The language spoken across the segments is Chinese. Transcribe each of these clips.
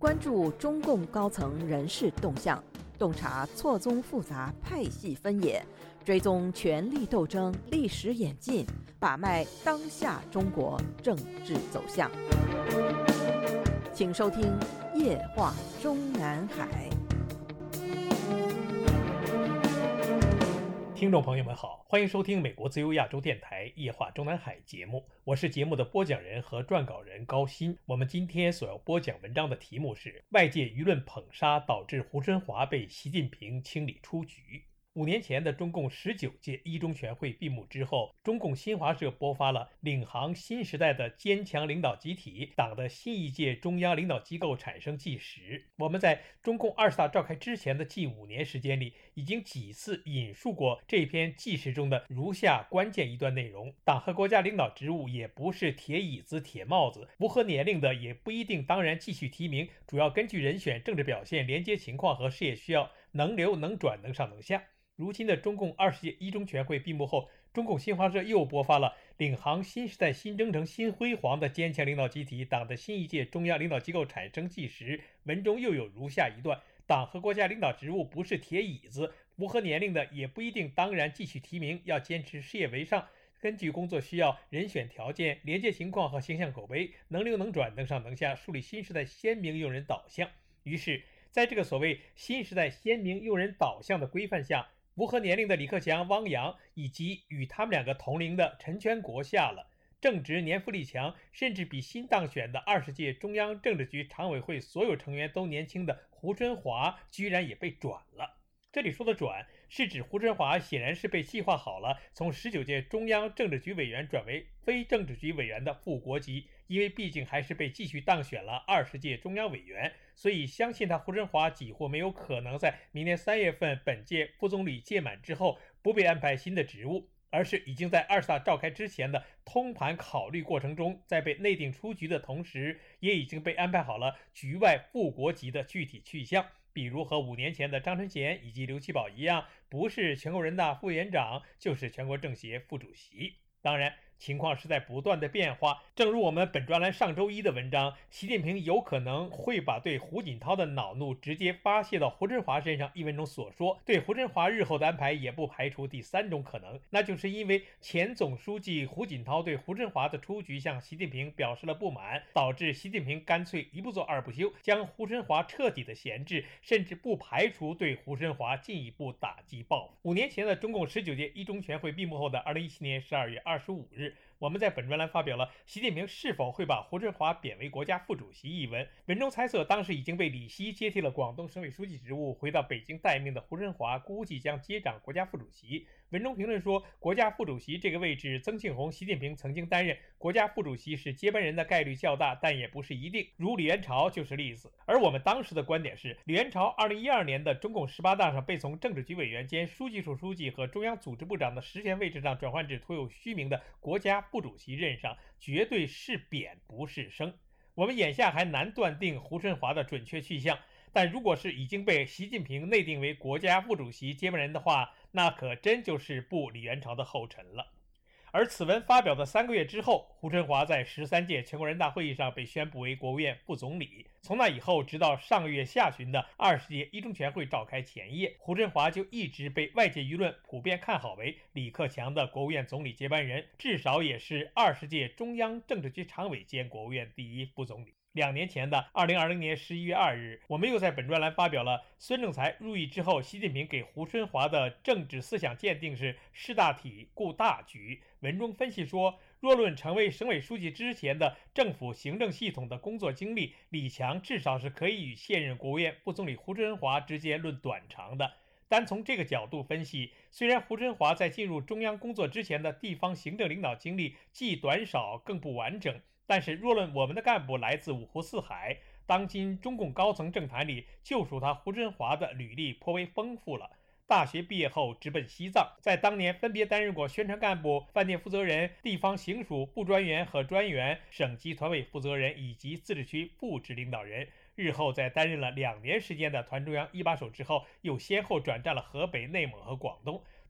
关注中共高层人事动向，洞察错综复杂派系分野，追踪权力斗争历史演进，把脉当下中国政治走向。请收听《夜话中南海》。 听众朋友们好，欢迎收听美国自由亚洲电台《夜话中南海》节目，我是节目的播讲人和撰稿人高鑫。我们今天所要播讲文章的题目是：外界舆论捧杀导致胡春华被习近平清理出局。5年前的中共19届一中全会闭幕之后，中共新华社播发了领航新时代的坚强领导集体党的新一届中央领导机构产生纪实。我们在中共20大召开之前的近5年时间里，已经几次引述过这篇纪实中的如下关键一段内容：党和国家领导职务也不是铁椅子铁帽子，符合年龄的也不一定当然继续提名，主要根据人选政治表现、连接情况和事业需要，能留能转能上能下。如今的中共20届一中全会闭幕后，中共新华社又播发了领航新时代新征程新辉煌的坚强领导集体党的新一届中央领导机构产生纪实。文中又有如下一段：党和国家领导职务不是铁椅子，符合年龄的也不一定当然继续提名，要坚持事业为上，根据工作需要、人选条件、连接情况和形象口碑，能留能转能上能下，树立新时代鲜明用人导向。于是在这个所谓新时代鲜明用人导向的规范下，符合年龄的李克强、汪洋以及与他们两个同龄的陈全国下了，正直年富力强，甚至比新当选的20届中央政治局常委会所有成员都年轻的胡春华居然也被转了。这里说的转是指胡春华显然是被计划好了从19届中央政治局委员转为非政治局委员的副国级，因为毕竟还是被继续当选了20届中央委员，所以相信他胡春华几乎没有可能在明年3月份本届副总理届满之后不被安排新的职务，而是已经在20大召开之前的通盘考虑过程中，在被内定出局的同时，也已经被安排好了局外副国级的具体去向。比如和5年前的张春贤以及刘奇葆一样，不是全国人大副委员长，就是全国政协副主席。当然情况是在不断的变化，正如我们本专栏上周一的文章，习近平有可能会把对胡锦涛的恼怒直接发泄到胡春华身上一文中所说，对胡春华日后的安排也不排除第3种可能，那就是因为前总书记胡锦涛对胡春华的出局向习近平表示了不满，导致习近平干脆一不做二不休，将胡春华彻底的闲置，甚至不排除对胡春华进一步打击报复。5年前的中共19届一中全会闭幕后的2017年12月25日，我们在本专栏发表了习近平是否会把胡春华贬为国家副主席一文，文中猜测当时已经被李希接替了广东省委书记职务，回到北京待命的胡春华估计将接掌国家副主席。文中评论说，国家副主席这个位置，曾庆红、习近平曾经担任，国家副主席是接班人的概率较大，但也不是一定，如李元朝就是例子。而我们当时的观点是，李元朝2012年的中共18大上被从政治局委员兼书记处书记和中央组织部长的实权位置上转换至徒有虚名的国家副主席任上，绝对是贬不是升。我们眼下还难断定胡春华的准确去向，但如果是已经被习近平内定为国家副主席接班人的话，那可真就是步李元朝的后尘了。而此文发表的3个月之后，胡春华在13届全国人大会议上被宣布为国务院副总理。从那以后，直到上个月下旬的20届一中全会召开前夜，胡春华就一直被外界舆论普遍看好为李克强的国务院总理接班人，至少也是20届中央政治局常委兼国务院第1副总理。2年前的2020年11月2日，我们又在本专栏发表了孙政才入狱之后，习近平给胡春华的政治思想鉴定是识大体、顾大局。文中分析说，若论成为省委书记之前的政府行政系统的工作经历，李强至少是可以与现任国务院副总理胡春华之间论短长的。单从这个角度分析，虽然胡春华在进入中央工作之前的地方行政领导经历既短少更不完整，但是若论我们的干部来自五湖四海，当今中共高层政坛里就属他胡春华的履历颇为丰富了。大学毕业后直奔西藏，在当年分别担任过宣传干部、饭店负责人、地方行署部专员和专员、省级团委负责人以及自治区副职领导人。日后在担任了2年时间的团中央一把手之后，又先后转战了河北、内蒙和广东。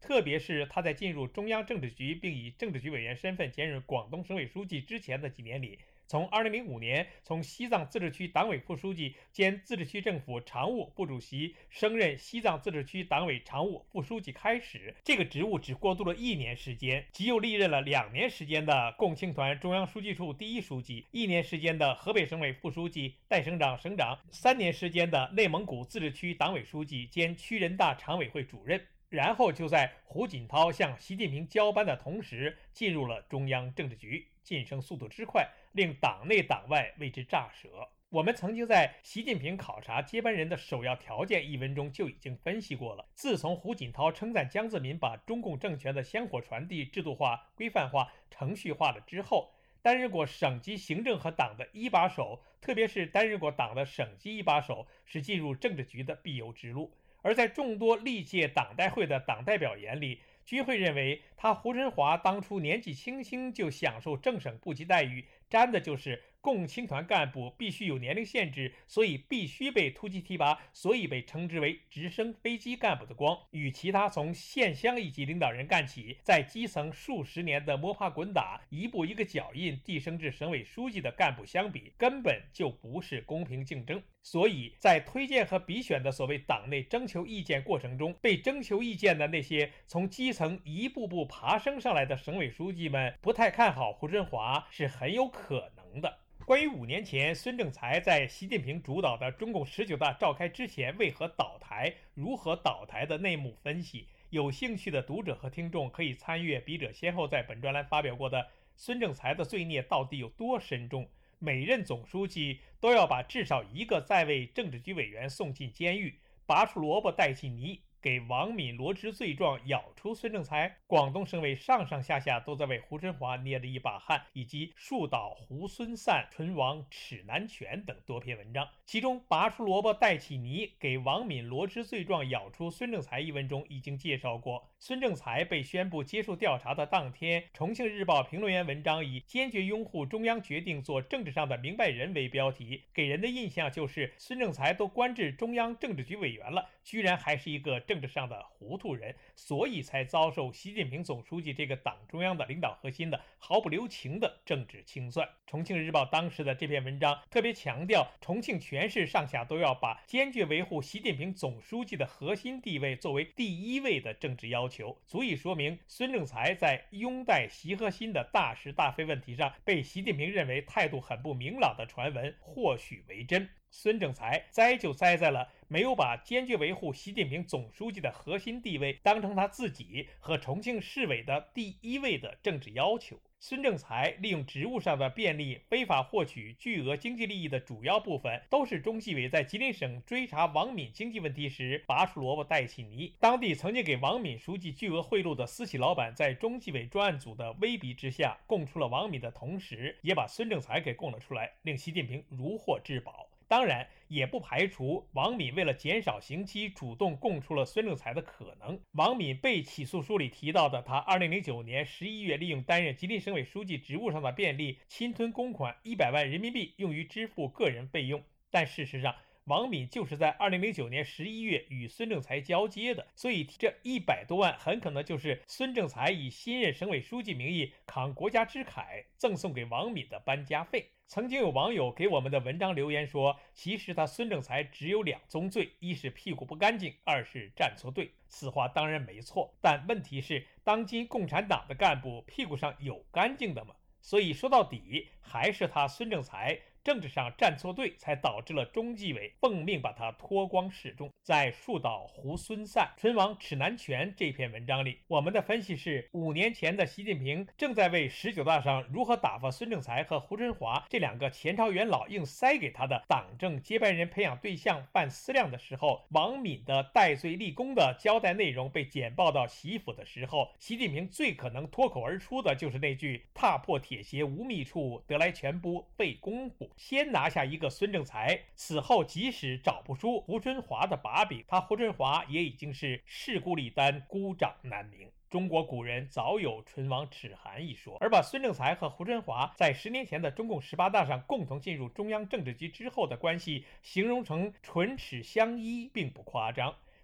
特别是他在进入中央政治局并以政治局委员身份兼任广东省委书记之前的几年里，从2005年从西藏自治区党委副书记兼自治区政府常务副主席升任西藏自治区党委常务副书记开始，这个职务只过渡了1年时间，即又历任了2年时间的共青团中央书记处第一书记，1年时间的河北省委副书记、代省长、省长，3年时间的内蒙古自治区党委书记兼区人大常委会主任。然后就在胡锦涛向习近平交班的同时，进入了中央政治局，晋升速度之快，令党内党外为之咋舌。我们曾经在《习近平考察接班人的首要条件》一文中就已经分析过了。自从胡锦涛称赞江泽民把中共政权的香火传递制度化、规范化、程序化了之后，担任过省级行政和党的一把手，特别是担任过党的省级一把手，是进入政治局的必由之路。而在众多历届党代会的党代表眼里，均会认为他胡春华当初年纪轻轻就享受正省部级待遇，沾的就是共青团干部必须有年龄限制，所以必须被突击提拔，所以被称之为直升飞机干部的光，与其他从县乡一级领导人干起，在基层数十年的摸爬滚打，一步一个脚印递升至省委书记的干部相比，根本就不是公平竞争。所以在推荐和比选的所谓党内征求意见过程中，被征求意见的那些从基层一步步爬升上来的省委书记们不太看好胡春华是很有可能的。关于5年前孙政才在习近平主导的中共19大召开之前为何倒台、如何倒台的内幕分析，有兴趣的读者和听众可以参阅笔者先后在本专栏发表过的《孙政才的罪孽到底有多深重》，每任总书记都要把至少一个在位政治局委员送进监狱，拔出萝卜带起泥，给王敏罗织罪状，咬出孙政才。广东省委上上下下都在为胡春华捏着一把汗，以及树倒猢狲散、唇亡齿难全等多篇文章。其中拔出萝卜带起泥，给王敏罗织罪状，咬出孙政才一文中已经介绍过，孙政才被宣布接受调查的当天，重庆日报评论员文章以坚决拥护中央决定做政治上的明白人为标题，给人的印象就是孙政才都官至中央政治局委员了，居然还是一个政治上的糊涂人，所以才遭受习近平总书记这个党中央的领导核心的毫不留情的政治清算。重庆日报当时的这篇文章特别强调，重庆全市上下都要把坚决维护习近平总书记的核心地位作为第一位的政治要求，足以说明孙政才在拥戴习核心的大是大非问题上被习近平认为态度很不明朗的传闻或许为真。孙政才栽就栽在了没有把坚决维护习近平总书记的核心地位当成他自己和重庆市委的第一位的政治要求。孙政才利用职务上的便利，非法获取巨额经济利益的主要部分，都是中纪委在吉林省追查王敏经济问题时拔出萝卜带起泥。当地曾经给王敏书记巨额贿赂的私企老板，在中纪委专案组的威逼之下，供出了王敏的同时，也把孙政才给供了出来，令习近平如获至宝。当然也不排除王敏为了减少刑期主动供出了孙政才的可能。王敏被起诉书里提到的他2009年11月利用担任吉林省委书记职务上的便利，侵吞公款100万人民币用于支付个人费用，但事实上王敏就是在2009年11月与孙政才交接的，所以这100多万很可能就是孙政才以新任省委书记名义扛国家之慨赠送给王敏的搬家费。曾经有网友给我们的文章留言说，其实他孙政才只有2宗罪，一是屁股不干净，二是站错队。此话当然没错，但问题是当今共产党的干部屁股上有干净的吗？所以说到底还是他孙政才政治上站错队，才导致了中纪委奉命把他脱光示众。在树倒猢狲散、唇亡齿难全这篇文章里，我们的分析是5年前的习近平正在为19大上如何打发孙政才和胡春华这2个前朝元老硬塞给他的党政接班人培养对象办思量的时候，王敏的戴罪立功的交代内容被简报到习府的时候，习近平最可能脱口而出的就是那句踏破铁鞋无觅处，得来全不费功夫。先拿下一个孙政才，此后即使找不出胡春华的把柄，他胡春华也已经是势孤力单、孤掌难鸣。中国古人早有唇亡齿寒一说，而把孙政才和胡春华在10年前的中共18大上共同进入中央政治局之后的关系形容成唇齿相依，并不夸张。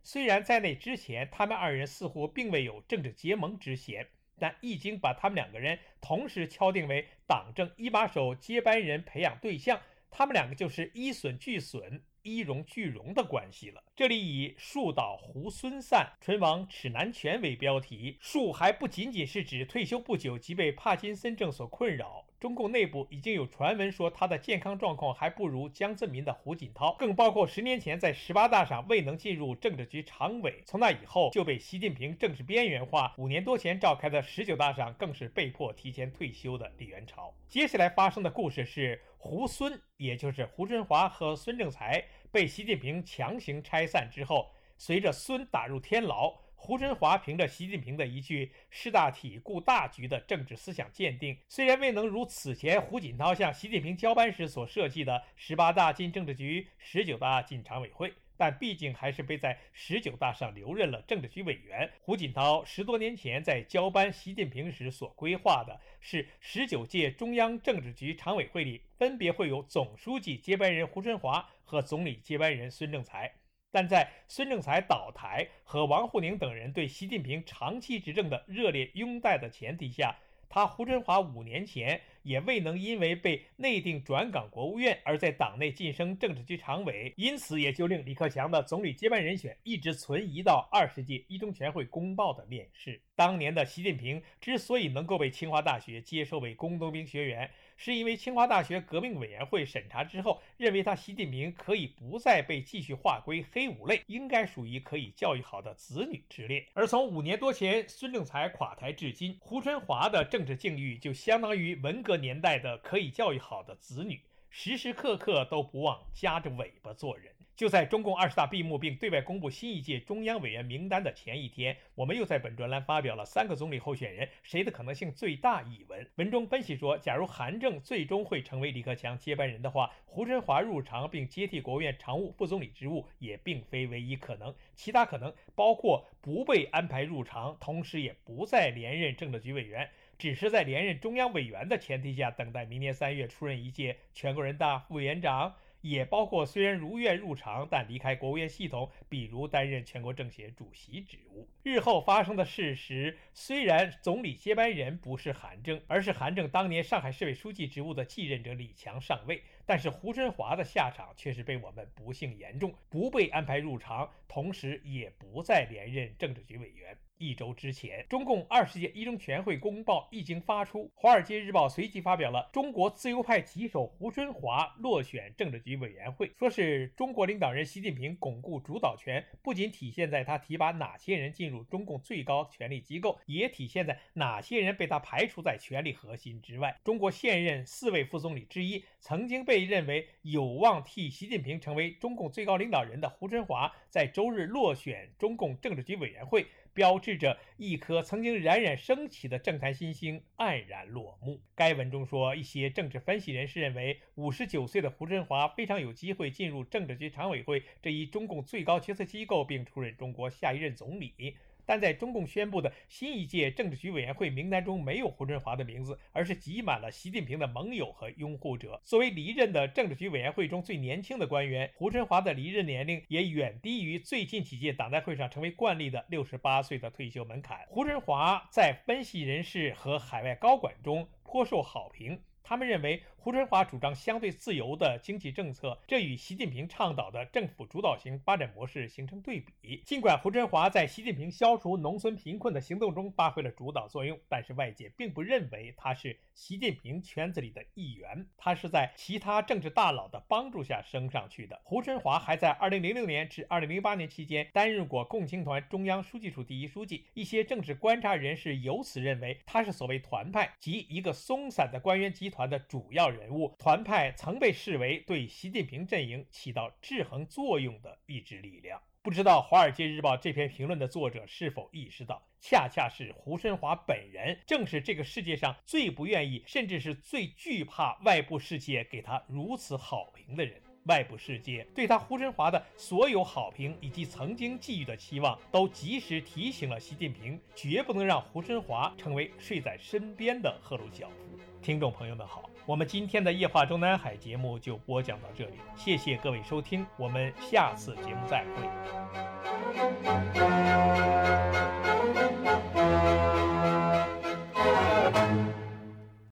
虽然在那之前他们二人似乎并未有政治结盟之嫌，但易经把他们两个人同时敲定为党政一把手接班人培养对象，他们两个就是依损俱损、依荣俱荣的关系了。这里以树倒猢狲散，唇亡齿难全为标题，树还不仅仅是指退休不久即被帕金森症所困扰，中共内部已经有传闻说他的健康状况还不如江泽民的胡锦涛，更包括10年前在18大上未能进入政治局常委，从那以后就被习近平政治边缘化，5年多前召开的19大上更是被迫提前退休的李元朝。接下来发生的故事是胡孙，也就是胡春华和孙政才被习近平强行拆散之后，随着孙打入天牢，胡春华凭着习近平的一句识大体顾大局的政治思想鉴定，虽然未能如此前胡锦涛向习近平交班时所设计的18大进政治局，19大进常委会，但毕竟还是被在19大上留任了政治局委员。胡锦涛10多年前在交班习近平时所规划的是19届中央政治局常委会里分别会有总书记接班人胡春华和总理接班人孙政才。但在孙政才倒台和王沪宁等人对习近平长期执政的热烈拥戴的前提下，他胡春华5年前也未能因为被内定转岗国务院而在党内晋升政治局常委，因此也就令李克强的总理接班人选一直存疑到20届一中全会公报的面试。当年的习近平之所以能够被清华大学接收为工农兵学员，是因为清华大学革命委员会审查之后，认为他习近平可以不再被继续划归黑五类，应该属于可以教育好的子女之列。而从5年多前孙政才垮台至今，胡春华的政治境遇就相当于文革年代的可以教育好的子女，时时刻刻都不忘夹着尾巴做人。就在中共20大闭幕并对外公布新一届中央委员名单的前一天，我们又在本专栏发表了3个总理候选人谁的可能性最大一文。文中分析说，假如韩正最终会成为李克强接班人的话，胡春华入常并接替国务院常务副总理职务也并非唯一可能，其他可能包括不被安排入常，同时也不再连任政治局委员，只是在连任中央委员的前提下等待明年3月出任一届全国人大副委员长，也包括虽然如愿入常但离开国务院系统，比如担任全国政协主席职务。日后发生的事实，虽然总理接班人不是韩正，而是韩正当年上海市委书记职务的继任者李强上位，但是胡春华的下场却是被我们不幸言中，不被安排入常，同时也不再连任政治局委员。1周之前，中共20届一中全会公报一经发出，《华尔街日报》随即发表了中国自由派旗手胡春华落选政治局委员会，说是中国领导人习近平巩固主导权，不仅体现在他提拔哪些人进入中共最高权力机构，也体现在哪些人被他排除在权力核心之外。中国现任4位副总理之一，曾经被认为有望替习近平成为中共最高领导人的胡春华，在周日落选中共政治局委员会，标志着一颗曾经冉冉升起的政坛新星黯然落幕。该文中说，一些政治分析人士认为59岁的胡春华非常有机会进入政治局常委会这一中共最高决策机构，并出任中国下一任总理。但在中共宣布的新一届政治局委员会名单中没有胡春华的名字，而是挤满了习近平的盟友和拥护者。作为离任的政治局委员会中最年轻的官员，胡春华的离任年龄也远低于最近几届党代会上成为惯例的68岁的退休门槛。胡春华在分析人士和海外高管中颇受好评，他们认为胡春华主张相对自由的经济政策，这与习近平倡导的政府主导型发展模式形成对比。尽管胡春华在习近平消除农村贫困的行动中发挥了主导作用，但是外界并不认为他是习近平圈子里的一员，他是在其他政治大佬的帮助下升上去的。胡春华还在2006年至2008年期间担任过共青团中央书记处第1书记，一些政治观察人士由此认为他是所谓团派及一个松散的官员集团的主要人物，团派曾被视为对习近平阵营起到制衡作用的意志力量。不知道《华尔街日报》这篇评论的作者是否意识到，恰恰是胡春华本人正是这个世界上最不愿意甚至是最惧怕外部世界给他如此好评的人。 外部世界对他胡春华的所有好评以及曾经寄予的期望，都及时提醒了习近平，绝不能让胡春华成为睡在身边的赫鲁晓夫。听众朋友们好，我们今天的夜话中南海节目就播讲到这里，谢谢各位收听，我们下次节目再会。